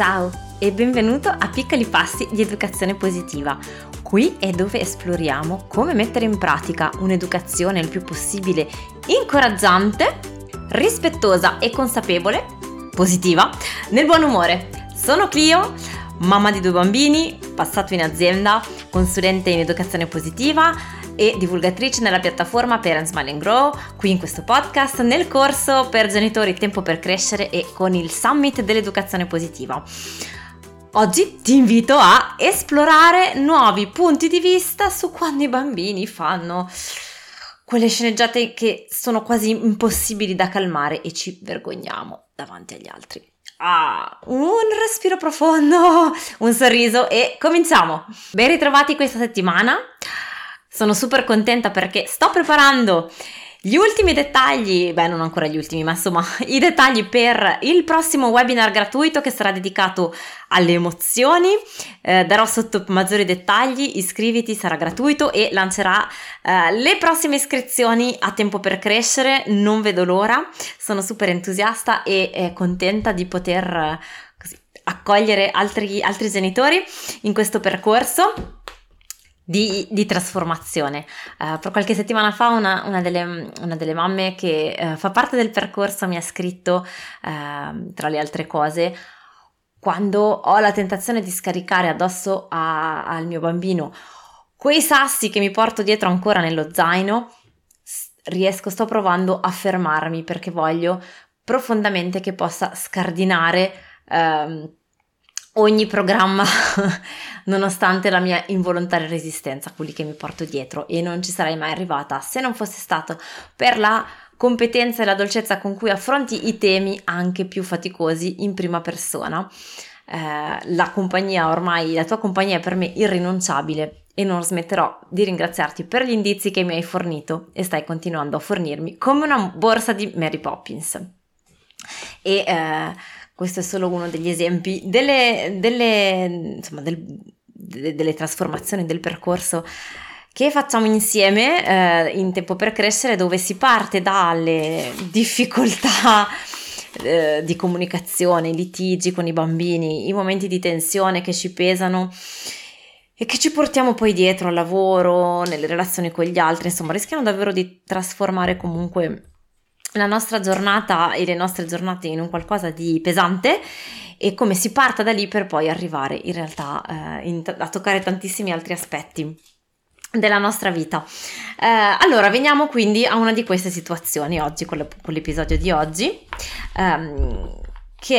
Ciao e benvenuto a Piccoli Passi di Educazione Positiva. Qui è dove esploriamo come mettere in pratica un'educazione il più possibile incoraggiante, rispettosa e consapevole, positiva, nel buon umore. Sono Clio, mamma di 2 bambini, passato in azienda, consulente in educazione positiva e divulgatrice nella piattaforma Parents Smile and Grow, qui in questo podcast, nel corso per genitori Tempo per Crescere e con il Summit dell'Educazione Positiva. Oggi ti invito a esplorare nuovi punti di vista su quando i bambini fanno quelle sceneggiate che sono quasi impossibili da calmare e ci vergogniamo davanti agli altri. Un respiro profondo, un sorriso e cominciamo! Ben ritrovati questa settimana. Sono super contenta perché sto preparando gli ultimi dettagli, non ancora gli ultimi, ma insomma i dettagli per il prossimo webinar gratuito che sarà dedicato alle emozioni. Darò sotto maggiori dettagli, iscriviti, sarà gratuito e lancerà le prossime iscrizioni a Tempo per Crescere. Non vedo l'ora, sono super entusiasta e contenta di poter accogliere altri genitori in questo percorso di trasformazione. Per qualche settimana fa una delle mamme che fa parte del percorso mi ha scritto, tra le altre cose: quando ho la tentazione di scaricare addosso al mio bambino quei sassi che mi porto dietro ancora nello zaino, sto provando a fermarmi perché voglio profondamente che possa scardinare ogni programma nonostante la mia involontaria resistenza a quelli che mi porto dietro, e non ci sarei mai arrivata se non fosse stato per la competenza e la dolcezza con cui affronti i temi anche più faticosi in prima persona. La tua compagnia è per me irrinunciabile e non smetterò di ringraziarti per gli indizi che mi hai fornito e stai continuando a fornirmi come una borsa di Mary Poppins. E questo è solo uno degli esempi delle trasformazioni del percorso che facciamo insieme in Tempo per Crescere, dove si parte dalle difficoltà di comunicazione, litigi con i bambini, i momenti di tensione che ci pesano e che ci portiamo poi dietro al lavoro, nelle relazioni con gli altri. Insomma, rischiamo davvero di trasformare comunque la nostra giornata e le nostre giornate in un qualcosa di pesante, e come si parta da lì per poi arrivare in realtà a toccare tantissimi altri aspetti della nostra vita. Allora veniamo quindi a una di queste situazioni oggi, con l'episodio di oggi, che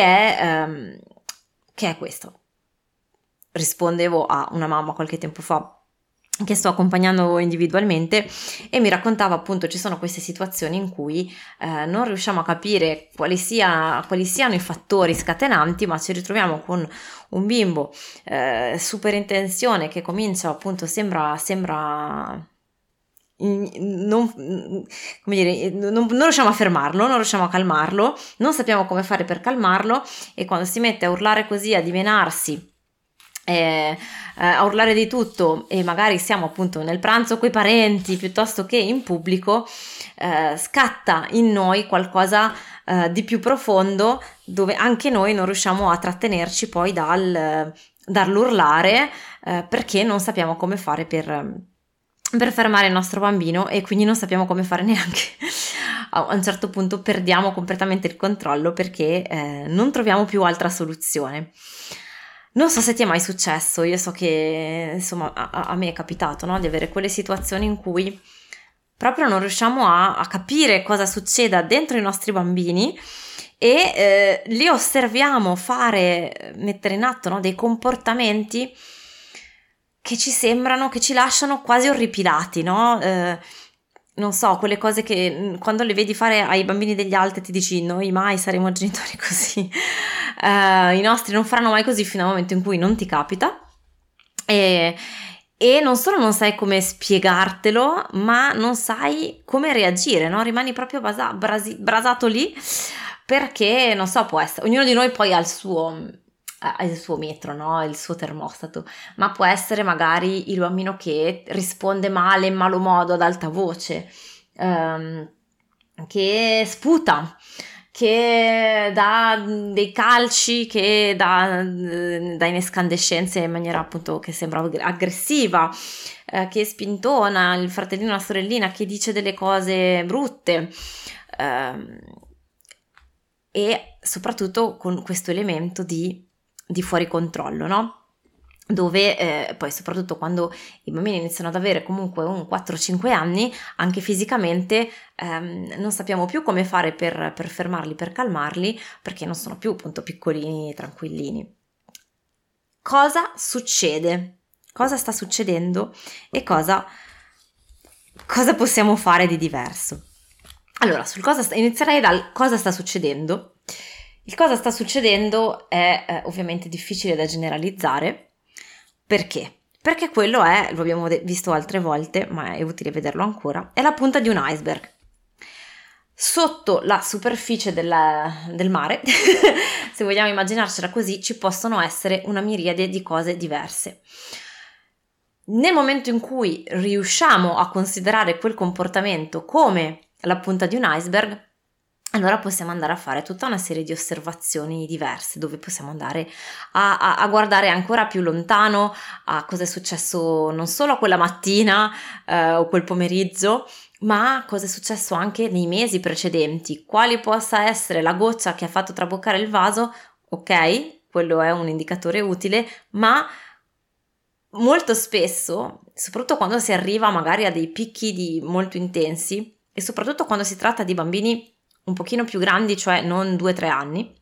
è questo. Rispondevo a una mamma qualche tempo fa che sto accompagnando individualmente e mi raccontava appunto ci sono queste situazioni in cui non riusciamo a capire quali siano i fattori scatenanti, ma ci ritroviamo con un bimbo super in tensione che comincia appunto sembra non riusciamo a fermarlo, non riusciamo a calmarlo, non sappiamo come fare per calmarlo, e quando si mette a urlare così, a dimenarsi, a urlare di tutto, e magari siamo appunto nel pranzo coi parenti piuttosto che in pubblico, scatta in noi qualcosa di più profondo, dove anche noi non riusciamo a trattenerci poi dall'urlare, perché non sappiamo come fare per fermare il nostro bambino, e quindi non sappiamo come fare neanche a un certo punto perdiamo completamente il controllo perché non troviamo più altra soluzione. Non so se ti è mai successo, io so che insomma a me è capitato, no? Di avere quelle situazioni in cui proprio non riusciamo a capire cosa succeda dentro i nostri bambini, e li osserviamo mettere in atto, no? Dei comportamenti che ci sembrano, che ci lasciano quasi orripilati, no? Non so, quelle cose che quando le vedi fare ai bambini degli altri ti dici: noi mai saremo genitori così, i nostri non faranno mai così, fino al momento in cui non ti capita e non solo non sai come spiegartelo, ma non sai come reagire, no? Rimani proprio brasato lì, perché non so, può essere, ognuno di noi poi ha il suo metro, no? Il suo termostato, ma può essere magari il bambino che risponde male, in malo modo, ad alta voce, che sputa, che dà dei calci, che dà incandescenze in maniera appunto che sembra aggressiva, che è spintona, il fratellino e la sorellina che dice delle cose brutte, e soprattutto con questo elemento di fuori controllo, no? Dove poi soprattutto quando i bambini iniziano ad avere comunque un 4-5 anni, anche fisicamente non sappiamo più come fare per fermarli, per calmarli, perché non sono più appunto piccolini, tranquillini. Cosa succede? Cosa sta succedendo e cosa possiamo fare di diverso? Allora, inizierei dal cosa sta succedendo. Il cosa sta succedendo è ovviamente difficile da generalizzare. Perché? Perché quello lo abbiamo visto altre volte, ma è utile vederlo ancora, è la punta di un iceberg. Sotto la superficie del mare, se vogliamo immaginarcela così, ci possono essere una miriade di cose diverse. Nel momento in cui riusciamo a considerare quel comportamento come la punta di un iceberg, allora possiamo andare a fare tutta una serie di osservazioni diverse, dove possiamo andare a guardare ancora più lontano a cosa è successo non solo quella mattina o quel pomeriggio, ma cosa è successo anche nei mesi precedenti, quali possa essere la goccia che ha fatto traboccare il vaso. Ok, quello è un indicatore utile, ma molto spesso, soprattutto quando si arriva magari a dei picchi molto intensi, e soprattutto quando si tratta di bambini un pochino più grandi, cioè non 2-3 anni,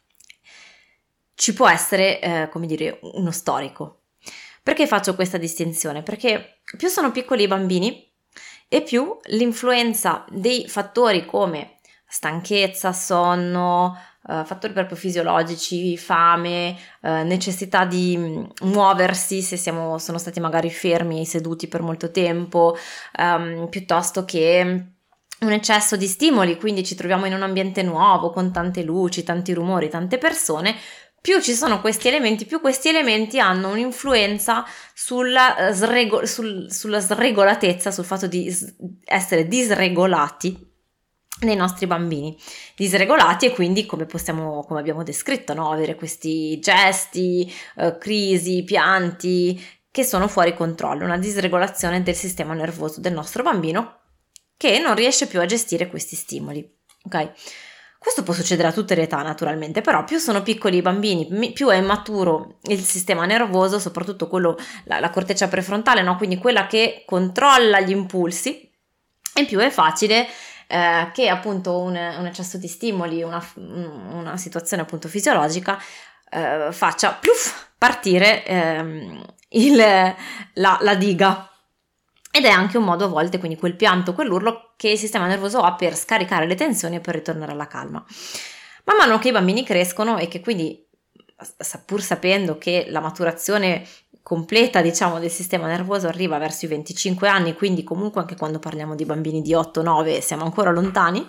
ci può essere, come dire, uno storico. Perché faccio questa distinzione? Perché più sono piccoli i bambini e più l'influenza dei fattori come stanchezza, sonno, fattori proprio fisiologici, fame, necessità di muoversi se sono stati magari fermi, seduti per molto tempo, piuttosto che un eccesso di stimoli, quindi ci troviamo in un ambiente nuovo con tante luci, tanti rumori, tante persone. Più ci sono questi elementi, più questi elementi hanno un'influenza sulla sregolatezza, sul fatto di essere disregolati nei nostri bambini, disregolati, e quindi come abbiamo descritto, no? Avere questi gesti, crisi, pianti che sono fuori controllo, una disregolazione del sistema nervoso del nostro bambino che non riesce più a gestire questi stimoli. Ok? Questo può succedere a tutte le età naturalmente, però più sono piccoli i bambini, più è maturo il sistema nervoso, soprattutto quello, la corteccia prefrontale, no? Quindi quella che controlla gli impulsi, e più è facile che appunto un eccesso di stimoli, una situazione appunto fisiologica faccia partire la diga. Ed è anche un modo a volte, quindi quel pianto, quell'urlo che il sistema nervoso ha per scaricare le tensioni e per ritornare alla calma. Man mano che i bambini crescono e che quindi, pur sapendo che la maturazione completa, diciamo, del sistema nervoso arriva verso i 25 anni, quindi comunque anche quando parliamo di bambini di 8-9 siamo ancora lontani,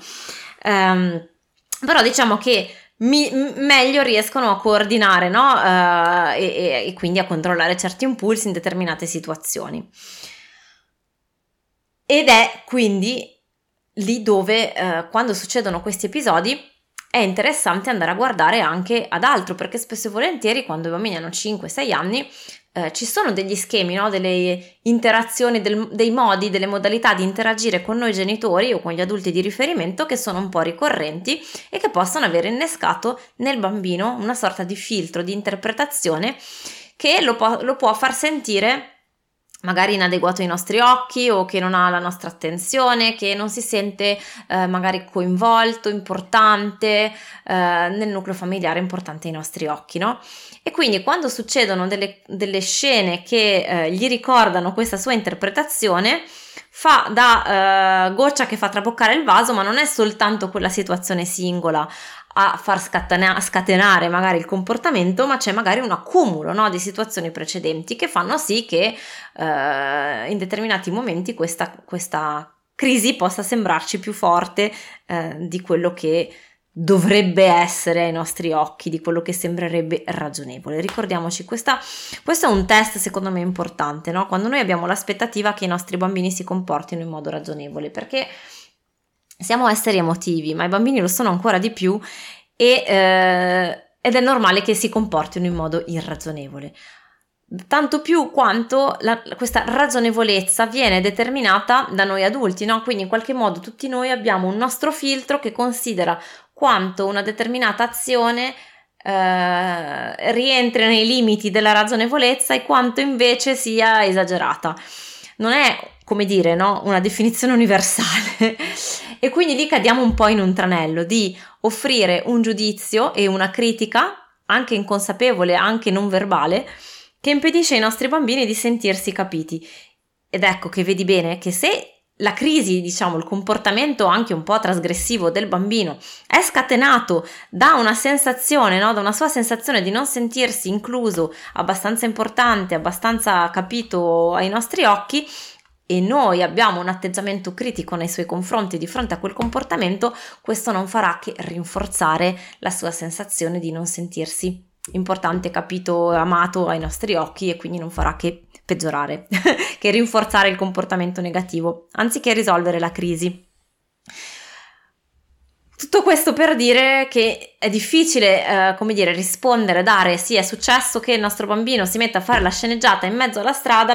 però diciamo che meglio riescono a coordinare, no? E quindi a controllare certi impulsi in determinate situazioni. Ed è quindi lì dove quando succedono questi episodi è interessante andare a guardare anche ad altro, perché spesso e volentieri quando i bambini hanno 5-6 anni ci sono degli schemi, no? Delle interazioni, dei modi, delle modalità di interagire con noi genitori o con gli adulti di riferimento che sono un po' ricorrenti e che possono aver innescato nel bambino una sorta di filtro di interpretazione che lo può far sentire magari inadeguato ai nostri occhi, o che non ha la nostra attenzione, che non si sente magari coinvolto, importante nel nucleo familiare, importante ai nostri occhi, no? E quindi quando succedono delle scene che gli ricordano questa sua interpretazione, fa da goccia che fa traboccare il vaso, ma non è soltanto quella situazione singola a far scatenare magari il comportamento, ma c'è magari un accumulo, no, di situazioni precedenti che fanno sì che in determinati momenti questa crisi possa sembrarci più forte di quello che dovrebbe essere ai nostri occhi, di quello che sembrerebbe ragionevole. Ricordiamoci, questo è un test secondo me importante, no? Quando noi abbiamo l'aspettativa che i nostri bambini si comportino in modo ragionevole, perché siamo esseri emotivi, ma i bambini lo sono ancora di più ed è normale che si comportino in modo irragionevole. Tanto più quanto questa ragionevolezza viene determinata da noi adulti, no? Quindi in qualche modo tutti noi abbiamo un nostro filtro che considera quanto una determinata azione rientri nei limiti della ragionevolezza e quanto invece sia esagerata. Non è, come dire, no? Una definizione universale. E quindi lì cadiamo un po' in un tranello di offrire un giudizio e una critica, anche inconsapevole, anche non verbale, che impedisce ai nostri bambini di sentirsi capiti. Ed ecco che vedi bene che se la crisi, diciamo, il comportamento anche un po' trasgressivo del bambino è scatenato da una sensazione, no? Da una sua sensazione di non sentirsi incluso, abbastanza importante, abbastanza capito ai nostri occhi, e noi abbiamo un atteggiamento critico nei suoi confronti di fronte a quel comportamento, questo non farà che rinforzare la sua sensazione di non sentirsi importante, capito, amato ai nostri occhi, e quindi non farà che peggiorare, che rinforzare il comportamento negativo, anziché risolvere la crisi. Tutto questo per dire che è difficile, rispondere, dare, sì, è successo che il nostro bambino si metta a fare la sceneggiata in mezzo alla strada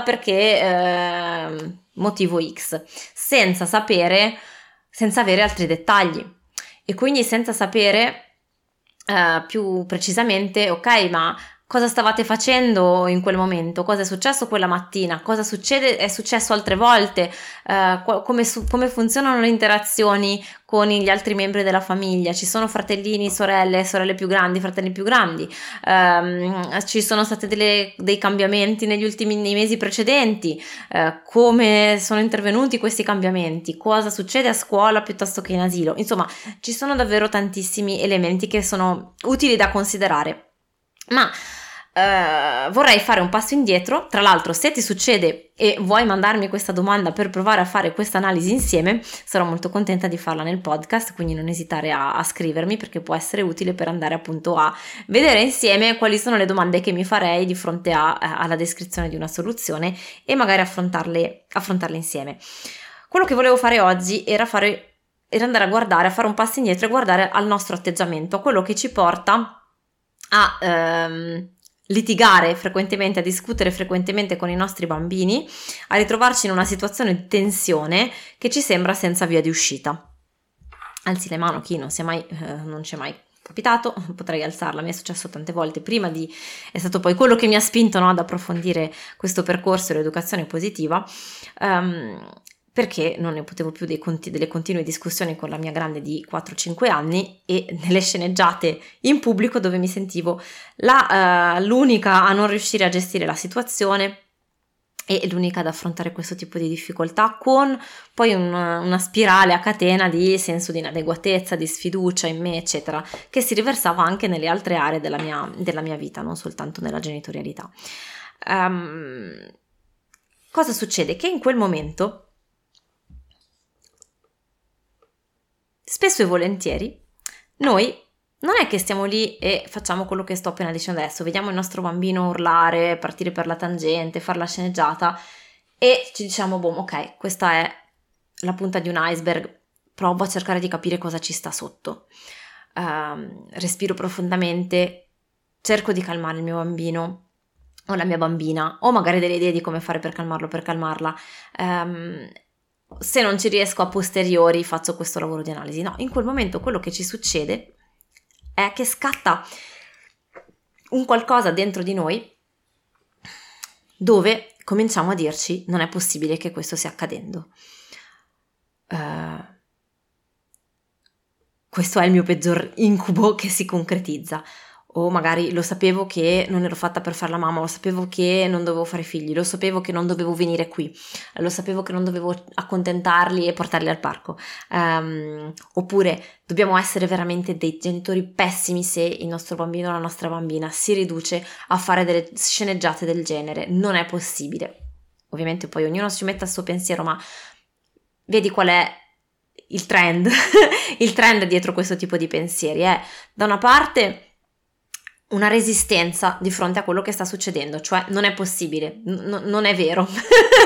perché motivo X, senza avere altri dettagli, e quindi senza sapere più precisamente, ok, ma cosa stavate facendo in quel momento, cosa è successo quella mattina, cosa è successo altre volte, come funzionano le interazioni con gli altri membri della famiglia, ci sono fratellini, sorelle più grandi, fratelli più grandi, ci sono stati dei cambiamenti nei mesi precedenti, come sono intervenuti questi cambiamenti, cosa succede a scuola piuttosto che in asilo. Insomma, ci sono davvero tantissimi elementi che sono utili da considerare. Ma vorrei fare un passo indietro. Tra l'altro, se ti succede e vuoi mandarmi questa domanda per provare a fare questa analisi insieme, sarò molto contenta di farla nel podcast, quindi non esitare a scrivermi, perché può essere utile per andare appunto a vedere insieme quali sono le domande che mi farei di fronte alla descrizione di una soluzione e magari affrontarle insieme. Quello che volevo fare oggi era andare a guardare, a fare un passo indietro e guardare al nostro atteggiamento, a quello che ci porta a litigare frequentemente, a discutere frequentemente con i nostri bambini, a ritrovarci in una situazione di tensione che ci sembra senza via di uscita. Alzi le mani chi non ci è mai capitato, potrei alzarla, mi è successo tante volte è stato poi quello che mi ha spinto, no, ad approfondire questo percorso dell'educazione positiva, perché non ne potevo più delle continue discussioni con la mia grande di 4-5 anni e nelle sceneggiate in pubblico dove mi sentivo l'unica a non riuscire a gestire la situazione e l'unica ad affrontare questo tipo di difficoltà, con poi una spirale a catena di senso di inadeguatezza, di sfiducia in me, eccetera, che si riversava anche nelle altre aree della mia vita, non soltanto nella genitorialità. Cosa succede? Che in quel momento, spesso e volentieri, noi non è che stiamo lì e facciamo quello che sto appena dicendo adesso, vediamo il nostro bambino urlare, partire per la tangente, fare la sceneggiata e ci diciamo, boh, ok, questa è la punta di un iceberg, provo a cercare di capire cosa ci sta sotto. Respiro profondamente, cerco di calmare il mio bambino o la mia bambina, o magari delle idee di come fare per calmarlo, per calmarla. Se non ci riesco a posteriori faccio questo lavoro di analisi. No, in quel momento quello che ci succede è che scatta un qualcosa dentro di noi dove cominciamo a dirci non è possibile che questo stia accadendo. Questo è il mio peggior incubo che si concretizza. O magari lo sapevo che non ero fatta per fare la mamma, lo sapevo che non dovevo fare figli, lo sapevo che non dovevo venire qui, lo sapevo che non dovevo accontentarli e portarli al parco. Oppure dobbiamo essere veramente dei genitori pessimi se il nostro bambino o la nostra bambina si riduce a fare delle sceneggiate del genere. Non è possibile. Ovviamente poi ognuno ci mette il suo pensiero, ma vedi qual è il trend? Il trend dietro questo tipo di pensieri è, da una parte, una resistenza di fronte a quello che sta succedendo, cioè non è possibile, non è vero,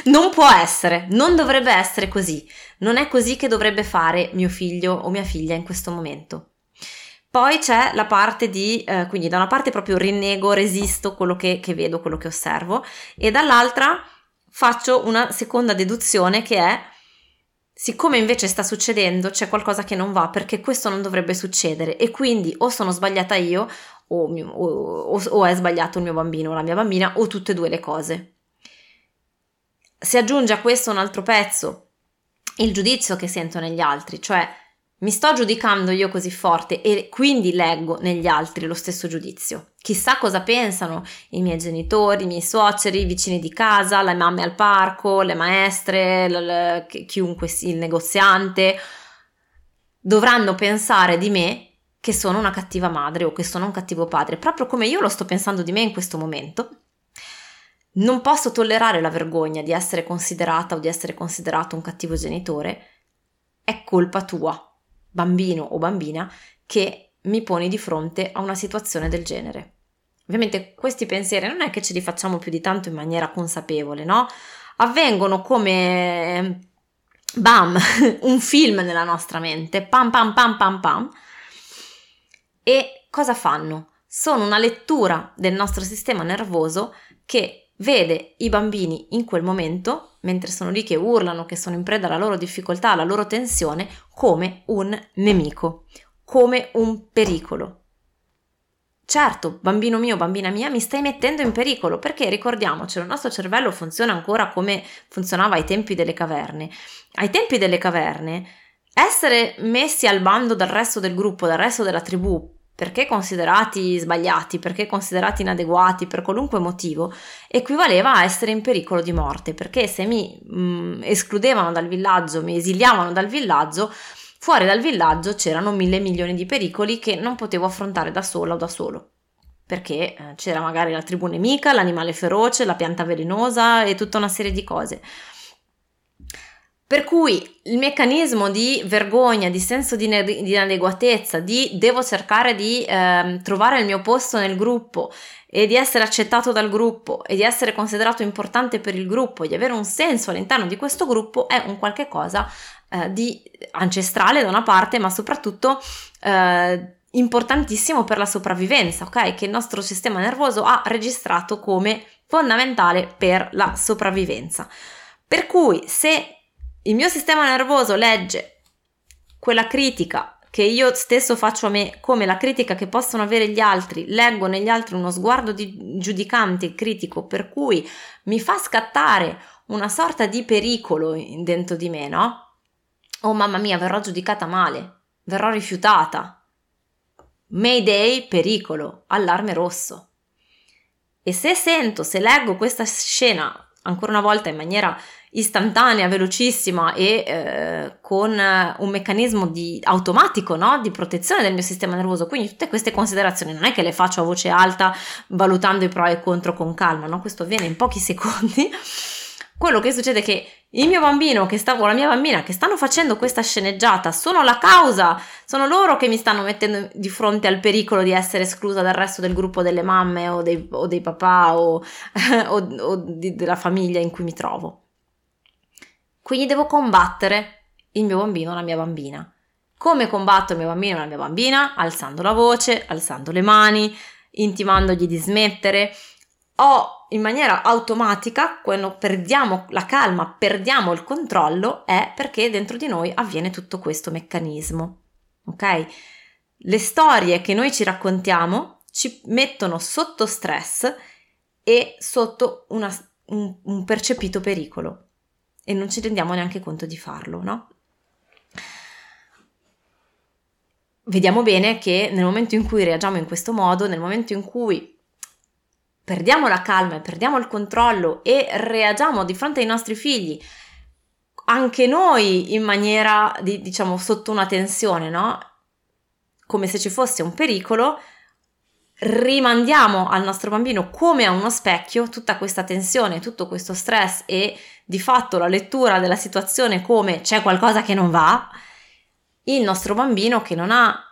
Non può essere, non dovrebbe essere così. Non è così che dovrebbe fare mio figlio o mia figlia in questo momento. Poi c'è la parte quindi da una parte proprio rinnego, resisto quello che vedo, quello che osservo, e dall'altra faccio una seconda deduzione che è: siccome invece sta succedendo, c'è qualcosa che non va, perché questo non dovrebbe succedere, e quindi o sono sbagliata io o è sbagliato il mio bambino o la mia bambina, o tutte e due le cose. Si aggiunge a questo un altro pezzo, il giudizio che sento negli altri, cioè mi sto giudicando io così forte e quindi leggo negli altri lo stesso giudizio. Chissà cosa pensano i miei genitori, i miei suoceri, i vicini di casa, le mamme al parco, le maestre, chiunque sia, il negoziante. Dovranno pensare di me che sono una cattiva madre o che sono un cattivo padre, proprio come io lo sto pensando di me in questo momento. Non posso tollerare la vergogna di essere considerata o di essere considerato un cattivo genitore. È colpa tua, bambino o bambina, che mi poni di fronte a una situazione del genere. Ovviamente questi pensieri non è che ce li facciamo più di tanto in maniera consapevole, no? Avvengono come bam, un film nella nostra mente, pam pam pam pam pam. E cosa fanno? Sono una lettura del nostro sistema nervoso che vede i bambini in quel momento, mentre sono lì che urlano, che sono in preda alla loro difficoltà, alla loro tensione, come un nemico, come un pericolo. Certo, bambino mio, bambina mia, mi stai mettendo in pericolo, perché ricordiamocelo, il nostro cervello funziona ancora come funzionava ai tempi delle caverne. Ai tempi delle caverne, essere messi al bando dal resto del gruppo, dal resto della tribù, perché considerati sbagliati, perché considerati inadeguati, per qualunque motivo, equivaleva a essere in pericolo di morte, perché se mi escludevano dal villaggio, mi esiliavano dal villaggio, fuori dal villaggio c'erano 1.000 milioni di pericoli che non potevo affrontare da sola o da solo, perché c'era magari la tribù nemica, l'animale feroce, la pianta velenosa e tutta una serie di cose. Per cui il meccanismo di vergogna, di senso di inadeguatezza, di devo cercare di trovare il mio posto nel gruppo e di essere accettato dal gruppo e di essere considerato importante per il gruppo, di avere un senso all'interno di questo gruppo, è un qualche cosa di ancestrale da una parte, ma soprattutto importantissimo per la sopravvivenza, ok? Che il nostro sistema nervoso ha registrato come fondamentale per la sopravvivenza. Per cui se il mio sistema nervoso legge quella critica che io stesso faccio a me come la critica che possono avere gli altri, leggo negli altri uno sguardo di giudicante, critico, per cui mi fa scattare una sorta di pericolo dentro di me, no? Oh mamma mia, verrò giudicata male, verrò rifiutata. Mayday, pericolo, allarme rosso. E se leggo questa scena ancora una volta in maniera istantanea, velocissima e con un meccanismo automatico, no? Di protezione del mio sistema nervoso, quindi tutte queste considerazioni non è che le faccio a voce alta valutando i pro e i contro con calma, no? Questo avviene in pochi secondi. Quello che succede è che il mio bambino o la mia bambina che stanno facendo questa sceneggiata sono la causa, sono loro che mi stanno mettendo di fronte al pericolo di essere esclusa dal resto del gruppo delle mamme o dei papà o della famiglia in cui mi trovo. Quindi devo combattere il mio bambino o la mia bambina. Come combatto il mio bambino o la mia bambina? Alzando la voce, alzando le mani, intimandogli di smettere. O in maniera automatica, quando perdiamo la calma, perdiamo il controllo, è perché dentro di noi avviene tutto questo meccanismo. Ok? Le storie che noi ci raccontiamo ci mettono sotto stress e sotto un percepito pericolo. E non ci rendiamo neanche conto di farlo, no? Vediamo bene che nel momento in cui reagiamo in questo modo, nel momento in cui perdiamo la calma e perdiamo il controllo e reagiamo di fronte ai nostri figli, anche noi in maniera diciamo sotto una tensione, no? Come se ci fosse un pericolo, rimandiamo al nostro bambino come a uno specchio tutta questa tensione, tutto questo stress e di fatto la lettura della situazione come c'è qualcosa che non va. Il nostro bambino, che non ha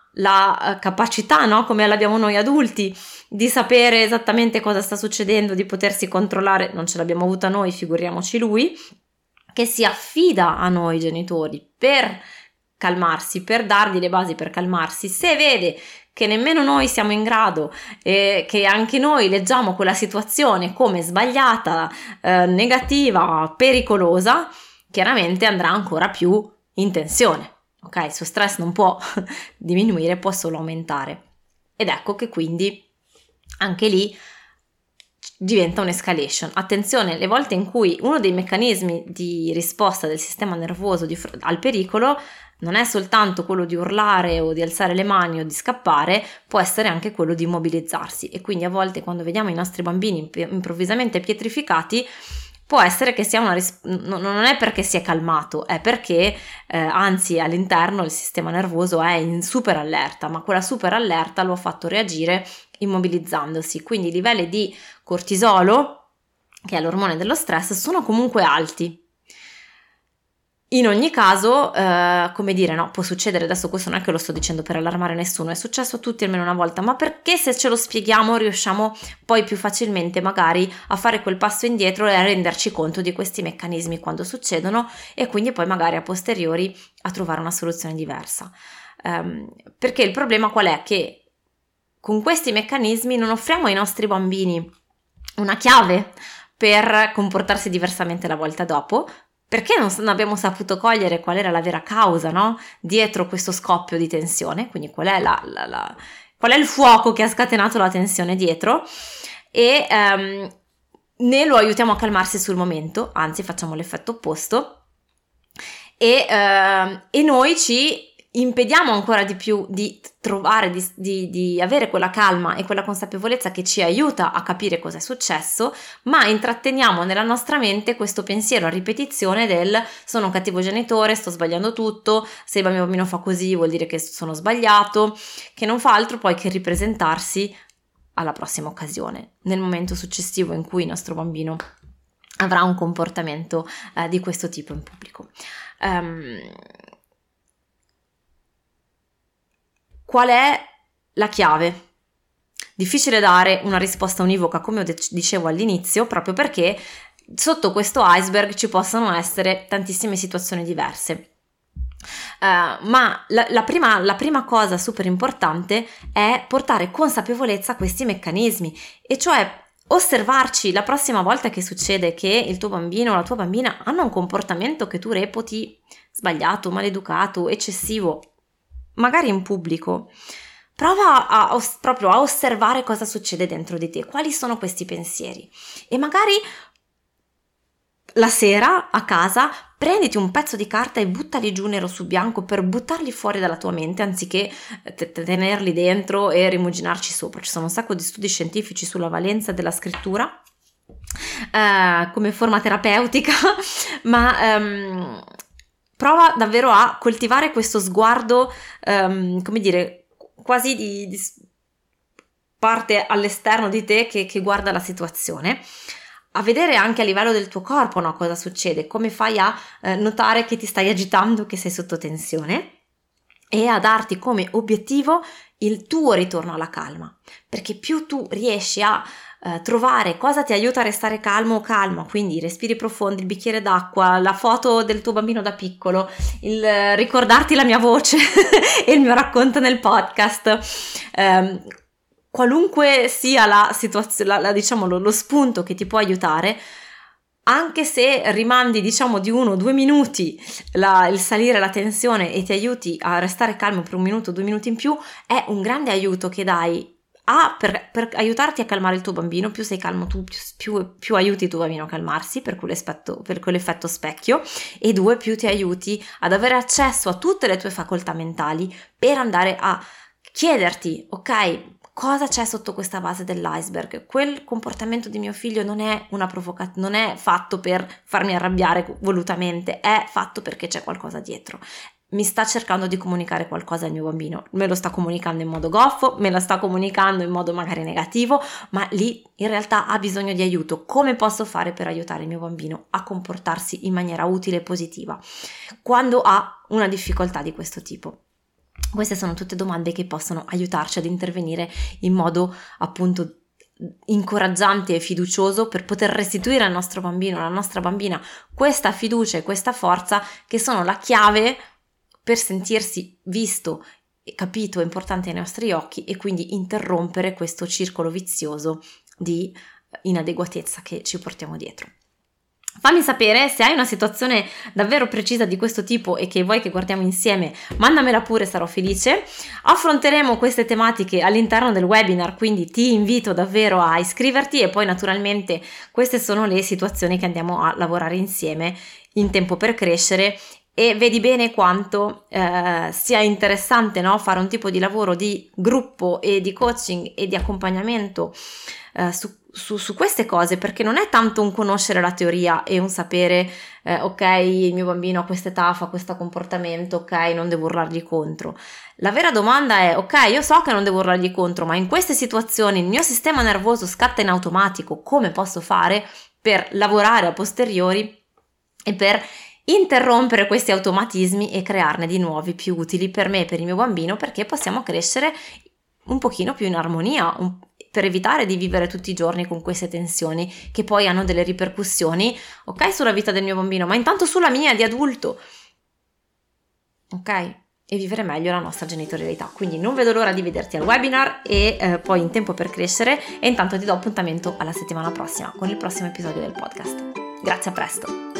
la capacità, no? Come l'abbiamo noi adulti, di sapere esattamente cosa sta succedendo, di potersi controllare, non ce l'abbiamo avuta noi, figuriamoci lui, che si affida a noi genitori per calmarsi, per dargli le basi per calmarsi. Se vede che nemmeno noi siamo in grado e che anche noi leggiamo quella situazione come sbagliata, negativa, pericolosa, chiaramente andrà ancora più in tensione. Ok, il suo stress non può diminuire, può solo aumentare. Ed ecco che quindi anche lì diventa un'escalation. Attenzione, le volte in cui uno dei meccanismi di risposta del sistema nervoso al pericolo non è soltanto quello di urlare o di alzare le mani o di scappare, può essere anche quello di immobilizzarsi. E quindi a volte quando vediamo i nostri bambini improvvisamente pietrificati, può essere che sia non è perché si è calmato, è perché anzi all'interno il sistema nervoso è in super allerta, ma quella super allerta lo ha fatto reagire immobilizzandosi. Quindi i livelli di cortisolo, che è l'ormone dello stress, sono comunque alti. In ogni caso, come dire, no, può succedere, adesso questo non è che lo sto dicendo per allarmare nessuno, è successo a tutti almeno una volta, ma perché se ce lo spieghiamo riusciamo poi più facilmente magari a fare quel passo indietro e a renderci conto di questi meccanismi quando succedono e quindi poi magari a posteriori a trovare una soluzione diversa. Perché il problema qual è? Che con questi meccanismi non offriamo ai nostri bambini una chiave per comportarsi diversamente la volta dopo, perché non abbiamo saputo cogliere qual era la vera causa, no? Dietro questo scoppio di tensione, quindi qual è qual è il fuoco che ha scatenato la tensione dietro, e né lo aiutiamo a calmarsi sul momento, anzi facciamo l'effetto opposto, e noi ci impediamo ancora di più di trovare, di avere quella calma e quella consapevolezza che ci aiuta a capire cosa è successo, ma intratteniamo nella nostra mente questo pensiero a ripetizione del sono un cattivo genitore, sto sbagliando tutto, se il mio bambino fa così vuol dire che sono sbagliato, che non fa altro poi che ripresentarsi alla prossima occasione, nel momento successivo in cui il nostro bambino avrà un comportamento di questo tipo in pubblico. Qual è la chiave? Difficile dare una risposta univoca, come dicevo all'inizio, proprio perché sotto questo iceberg ci possono essere tantissime situazioni diverse. Ma la prima cosa super importante è portare consapevolezza a questi meccanismi, e cioè osservarci la prossima volta che succede che il tuo bambino o la tua bambina hanno un comportamento che tu reputi sbagliato, maleducato, eccessivo, magari in pubblico. Prova proprio a osservare cosa succede dentro di te, quali sono questi pensieri, e magari la sera a casa prenditi un pezzo di carta e buttali giù nero su bianco per buttarli fuori dalla tua mente anziché tenerli dentro e rimuginarci sopra. Ci sono un sacco di studi scientifici sulla valenza della scrittura come forma terapeutica, ma prova davvero a coltivare questo sguardo, come dire, quasi di parte all'esterno di te che guarda la situazione, a vedere anche a livello del tuo corpo, no, cosa succede, come fai a notare che ti stai agitando, che sei sotto tensione, e a darti come obiettivo il tuo ritorno alla calma, perché più tu riesci a trovare cosa ti aiuta a restare calmo o calma, quindi respiri profondi, il bicchiere d'acqua, la foto del tuo bambino da piccolo, il ricordarti la mia voce e il mio racconto nel podcast, qualunque sia la situazione, diciamo lo spunto che ti può aiutare, anche se rimandi diciamo di 1 o 2 minuti il salire la tensione e ti aiuti a restare calmo per 1 minuto o 2 minuti in più, è un grande aiuto che dai per aiutarti a calmare il tuo bambino. Più sei calmo tu, più aiuti il tuo bambino a calmarsi per quell'effetto specchio, e 2, più ti aiuti ad avere accesso a tutte le tue facoltà mentali per andare a chiederti, ok, cosa c'è sotto questa base dell'iceberg? Quel comportamento di mio figlio non è una provocazione, non è fatto per farmi arrabbiare volutamente, è fatto perché c'è qualcosa dietro. Mi sta cercando di comunicare qualcosa al mio bambino, me lo sta comunicando in modo goffo, me lo sta comunicando in modo magari negativo, ma lì in realtà ha bisogno di aiuto. Come posso fare per aiutare il mio bambino a comportarsi in maniera utile e positiva quando ha una difficoltà di questo tipo? Queste sono tutte domande che possono aiutarci ad intervenire in modo appunto incoraggiante e fiducioso per poter restituire al nostro bambino, alla nostra bambina, questa fiducia e questa forza che sono la chiave per sentirsi visto, capito e importante ai nostri occhi, e quindi interrompere questo circolo vizioso di inadeguatezza che ci portiamo dietro. Fammi sapere se hai una situazione davvero precisa di questo tipo e che vuoi che guardiamo insieme, mandamela pure, sarò felice. Affronteremo queste tematiche all'interno del webinar, quindi ti invito davvero a iscriverti, e poi naturalmente queste sono le situazioni che andiamo a lavorare insieme in Tempo per Crescere. E vedi bene quanto sia interessante, no? Fare un tipo di lavoro di gruppo e di coaching e di accompagnamento su queste cose, perché non è tanto un conoscere la teoria e un sapere ok, il mio bambino a quest'età fa questo comportamento, ok, non devo urlargli contro. La vera domanda è: ok, io so che non devo urlargli contro, ma in queste situazioni il mio sistema nervoso scatta in automatico, come posso fare per lavorare a posteriori e per interrompere questi automatismi e crearne di nuovi più utili per me e per il mio bambino, perché possiamo crescere un pochino più in armonia, per evitare di vivere tutti i giorni con queste tensioni che poi hanno delle ripercussioni, ok, sulla vita del mio bambino, ma intanto sulla mia di adulto, ok? E vivere meglio la nostra genitorialità. Quindi non vedo l'ora di vederti al webinar e poi in Tempo per Crescere, e intanto ti do appuntamento alla settimana prossima con il prossimo episodio del podcast. Grazie, a presto!